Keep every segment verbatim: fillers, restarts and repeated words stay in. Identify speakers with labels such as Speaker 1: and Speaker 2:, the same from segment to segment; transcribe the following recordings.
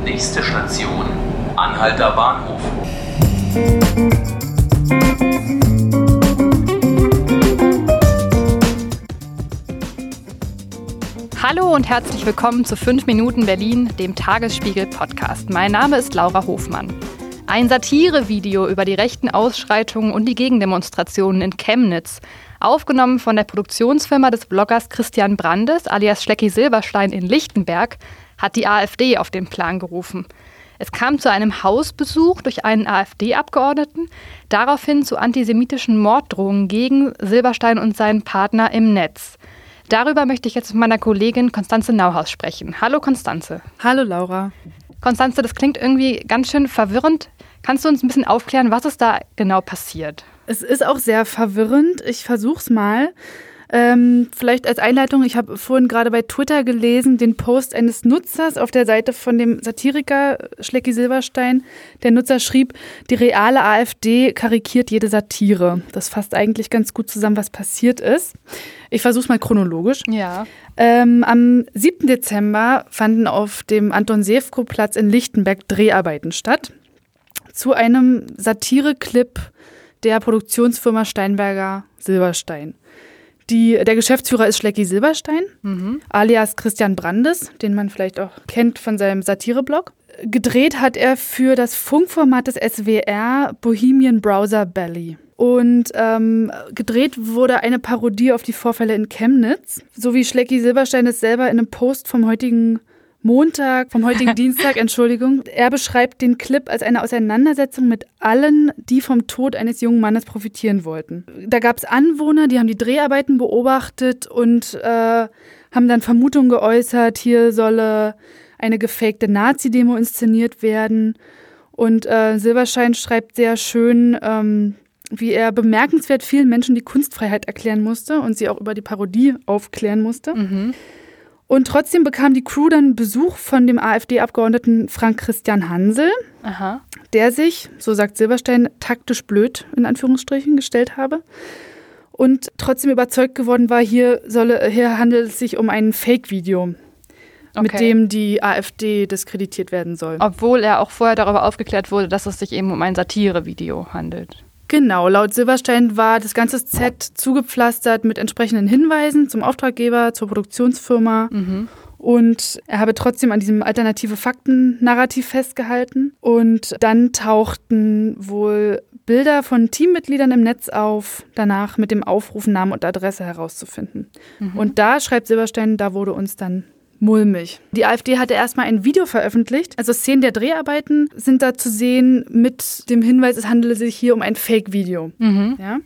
Speaker 1: Nächste Station, Anhalter Bahnhof.
Speaker 2: Hallo und herzlich willkommen zu fünf Minuten Berlin, dem Tagesspiegel-Podcast. Mein Name ist Laura Hofmann. Ein Satirevideo über die rechten Ausschreitungen und die Gegendemonstrationen in Chemnitz, aufgenommen von der Produktionsfirma des Bloggers Christian Brandes alias Schlecki Silberstein in Lichtenberg, hat die AfD auf den Plan gerufen. Es kam zu einem Hausbesuch durch einen AfD-Abgeordneten, daraufhin zu antisemitischen Morddrohungen gegen Silberstein und seinen Partner im Netz. Darüber möchte ich jetzt mit meiner Kollegin Constanze Nauhaus sprechen. Hallo Constanze.
Speaker 3: Hallo Laura.
Speaker 2: Constanze, das klingt irgendwie ganz schön verwirrend. Kannst du uns ein bisschen aufklären, was ist da genau passiert?
Speaker 3: Es ist auch sehr verwirrend. Ich versuch's mal. Ähm, vielleicht als Einleitung, ich habe vorhin gerade bei Twitter gelesen, den Post eines Nutzers auf der Seite von dem Satiriker Schlecki Silberstein. Der Nutzer schrieb, die reale AfD karikiert jede Satire. Das fasst eigentlich ganz gut zusammen, was passiert ist. Ich versuch's mal chronologisch.
Speaker 2: Ja.
Speaker 3: Ähm, am siebten Dezember fanden auf dem Anton-Sewko-Platz in Lichtenberg Dreharbeiten statt. Zu einem Satire-Clip der Produktionsfirma Steinberger Silberstein. Die, der Geschäftsführer ist Schlecki Silberstein, mhm. alias Christian Brandes, den man vielleicht auch kennt von seinem Satireblog. Gedreht hat er für das Funkformat des S W R Bohemian Browser Belly. Und ähm, gedreht wurde eine Parodie auf die Vorfälle in Chemnitz, so wie Schlecki Silberstein es selber in einem Post vom heutigen Montag, vom heutigen Dienstag, Entschuldigung. Er beschreibt den Clip als eine Auseinandersetzung mit allen, die vom Tod eines jungen Mannes profitieren wollten. Da gab es Anwohner, die haben die Dreharbeiten beobachtet und äh, haben dann Vermutungen geäußert, hier solle eine gefakte Nazi-Demo inszeniert werden. Und äh, Silberstein schreibt sehr schön, ähm, wie er bemerkenswert vielen Menschen die Kunstfreiheit erklären musste und sie auch über die Parodie aufklären musste. Mhm. Und trotzdem bekam die Crew dann Besuch von dem AfD-Abgeordneten Frank-Christian Hansel, Aha. der sich, so sagt Silberstein, taktisch blöd in Anführungsstrichen gestellt habe und trotzdem überzeugt geworden war, hier, solle, hier handelt es sich um ein Fake-Video, okay. mit dem die AfD diskreditiert werden soll.
Speaker 2: Obwohl er auch vorher darüber aufgeklärt wurde, dass es sich eben um ein Satire-Video handelt.
Speaker 3: Genau, laut Silberstein war das ganze Set zugepflastert mit entsprechenden Hinweisen zum Auftraggeber, zur Produktionsfirma. Mhm. Und er habe trotzdem an diesem alternative Fakten-Narrativ festgehalten. Und dann tauchten wohl Bilder von Teammitgliedern im Netz auf, danach mit dem Aufruf, Namen und Adresse herauszufinden. Mhm. Und da, schreibt Silberstein, da wurde uns dann mulmig. Die AfD hatte erstmal ein Video veröffentlicht. Also Szenen der Dreharbeiten sind da zu sehen mit dem Hinweis, es handele sich hier um ein Fake-Video. Mhm. Ja?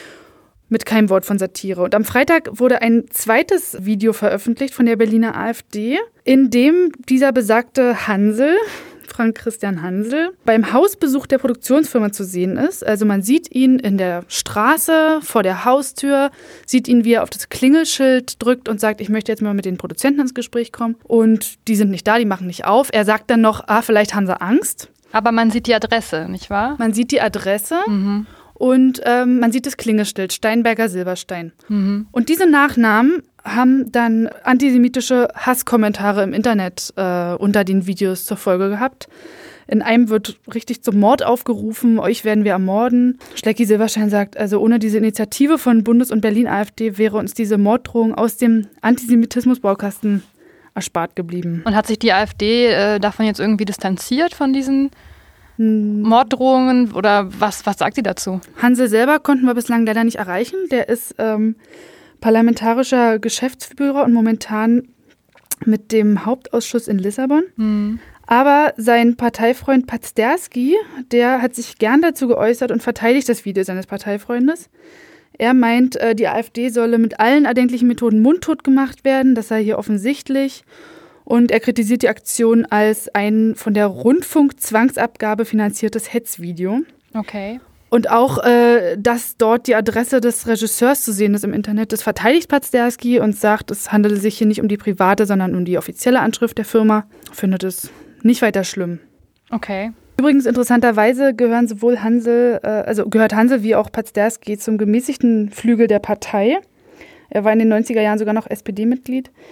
Speaker 3: Mit keinem Wort von Satire. Und am Freitag wurde ein zweites Video veröffentlicht von der Berliner AfD, in dem dieser besagte Hansel, Frank-Christian Hansel, beim Hausbesuch der Produktionsfirma zu sehen ist. Also man sieht ihn in der Straße, vor der Haustür, sieht ihn, wie er auf das Klingelschild drückt und sagt, ich möchte jetzt mal mit den Produzenten ins Gespräch kommen. Und die sind nicht da, die machen nicht auf. Er sagt dann noch, ah, vielleicht haben sie Angst.
Speaker 2: Aber man sieht die Adresse, nicht wahr?
Speaker 3: Man sieht die Adresse. Mhm. Und ähm, man sieht das Klingelschild, Steinberger Silberstein. Mhm. Und diese Nachnamen haben dann antisemitische Hasskommentare im Internet äh, unter den Videos zur Folge gehabt. In einem wird richtig zum Mord aufgerufen, euch werden wir ermorden. Schlecki Silberstein sagt, also ohne diese Initiative von Bundes- und Berlin-AfD wäre uns diese Morddrohung aus dem Antisemitismus-Baukasten erspart geblieben.
Speaker 2: Und hat sich die AfD äh, davon jetzt irgendwie distanziert, von diesen Morddrohungen, oder was, was sagt sie dazu?
Speaker 3: Hansel selber konnten wir bislang leider nicht erreichen. Der ist ähm, parlamentarischer Geschäftsführer und momentan mit dem Hauptausschuss in Lissabon. Mhm. Aber sein Parteifreund Pazderski, der hat sich gern dazu geäußert und verteidigt das Video seines Parteifreundes. Er meint, äh, die AfD solle mit allen erdenklichen Methoden mundtot gemacht werden. Das sei hier offensichtlich. Und er kritisiert die Aktion als ein von der Rundfunk-Zwangsabgabe finanziertes Hetzvideo.
Speaker 2: Okay.
Speaker 3: Und auch, äh, dass dort die Adresse des Regisseurs zu sehen ist im Internet, das verteidigt Pazderski und sagt, es handele sich hier nicht um die private, sondern um die offizielle Anschrift der Firma. Findet es nicht weiter schlimm.
Speaker 2: Okay.
Speaker 3: Übrigens, interessanterweise gehören sowohl Hansel, äh, also gehört Hansel wie auch Pazderski zum gemäßigten Flügel der Partei. Er war in den neunziger Jahren sogar noch S P D-Mitglied.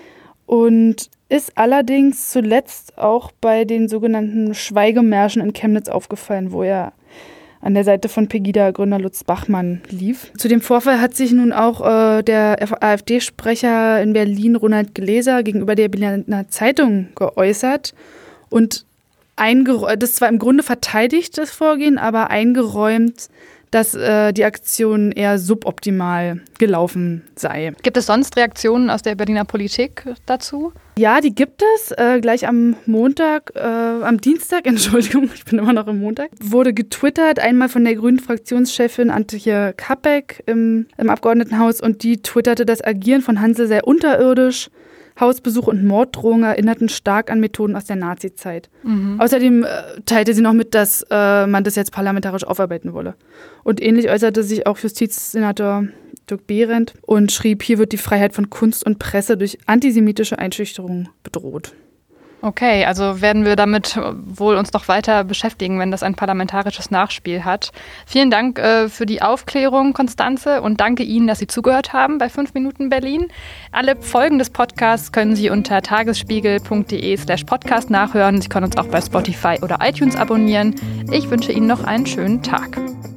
Speaker 3: und ist allerdings zuletzt auch bei den sogenannten Schweigemärschen in Chemnitz aufgefallen, wo er an der Seite von Pegida-Gründer Lutz Bachmann lief. Zu dem Vorfall hat sich nun auch äh, der AfD-Sprecher in Berlin, Ronald Gläser, gegenüber der Berliner Zeitung geäußert und eingeräumt, das zwar im Grunde verteidigt, das Vorgehen, aber eingeräumt, dass äh, die Aktion eher suboptimal gelaufen sei.
Speaker 2: Gibt es sonst Reaktionen aus der Berliner Politik dazu?
Speaker 3: Ja, die gibt es. Äh, gleich am Montag, äh, am Dienstag, Entschuldigung, ich bin immer noch im Montag, wurde getwittert, einmal von der grünen Fraktionschefin Antje Kappeck im, im Abgeordnetenhaus, und die twitterte, das Agieren von Hansel sei unterirdisch. Hausbesuch und Morddrohungen erinnerten stark an Methoden aus der Nazizeit. Mhm. Außerdem äh, teilte sie noch mit, dass äh, man das jetzt parlamentarisch aufarbeiten wolle. Und ähnlich äußerte sich auch Justizsenator Dirk Behrendt und schrieb, hier wird die Freiheit von Kunst und Presse durch antisemitische Einschüchterung bedroht.
Speaker 2: Okay, also werden wir damit wohl uns noch weiter beschäftigen, wenn das ein parlamentarisches Nachspiel hat. Vielen Dank äh, für die Aufklärung, Konstanze, und danke Ihnen, dass Sie zugehört haben bei fünf Minuten Berlin. Alle Folgen des Podcasts können Sie unter tagesspiegel.de slash podcast nachhören. Sie können uns auch bei Spotify oder iTunes abonnieren. Ich wünsche Ihnen noch einen schönen Tag.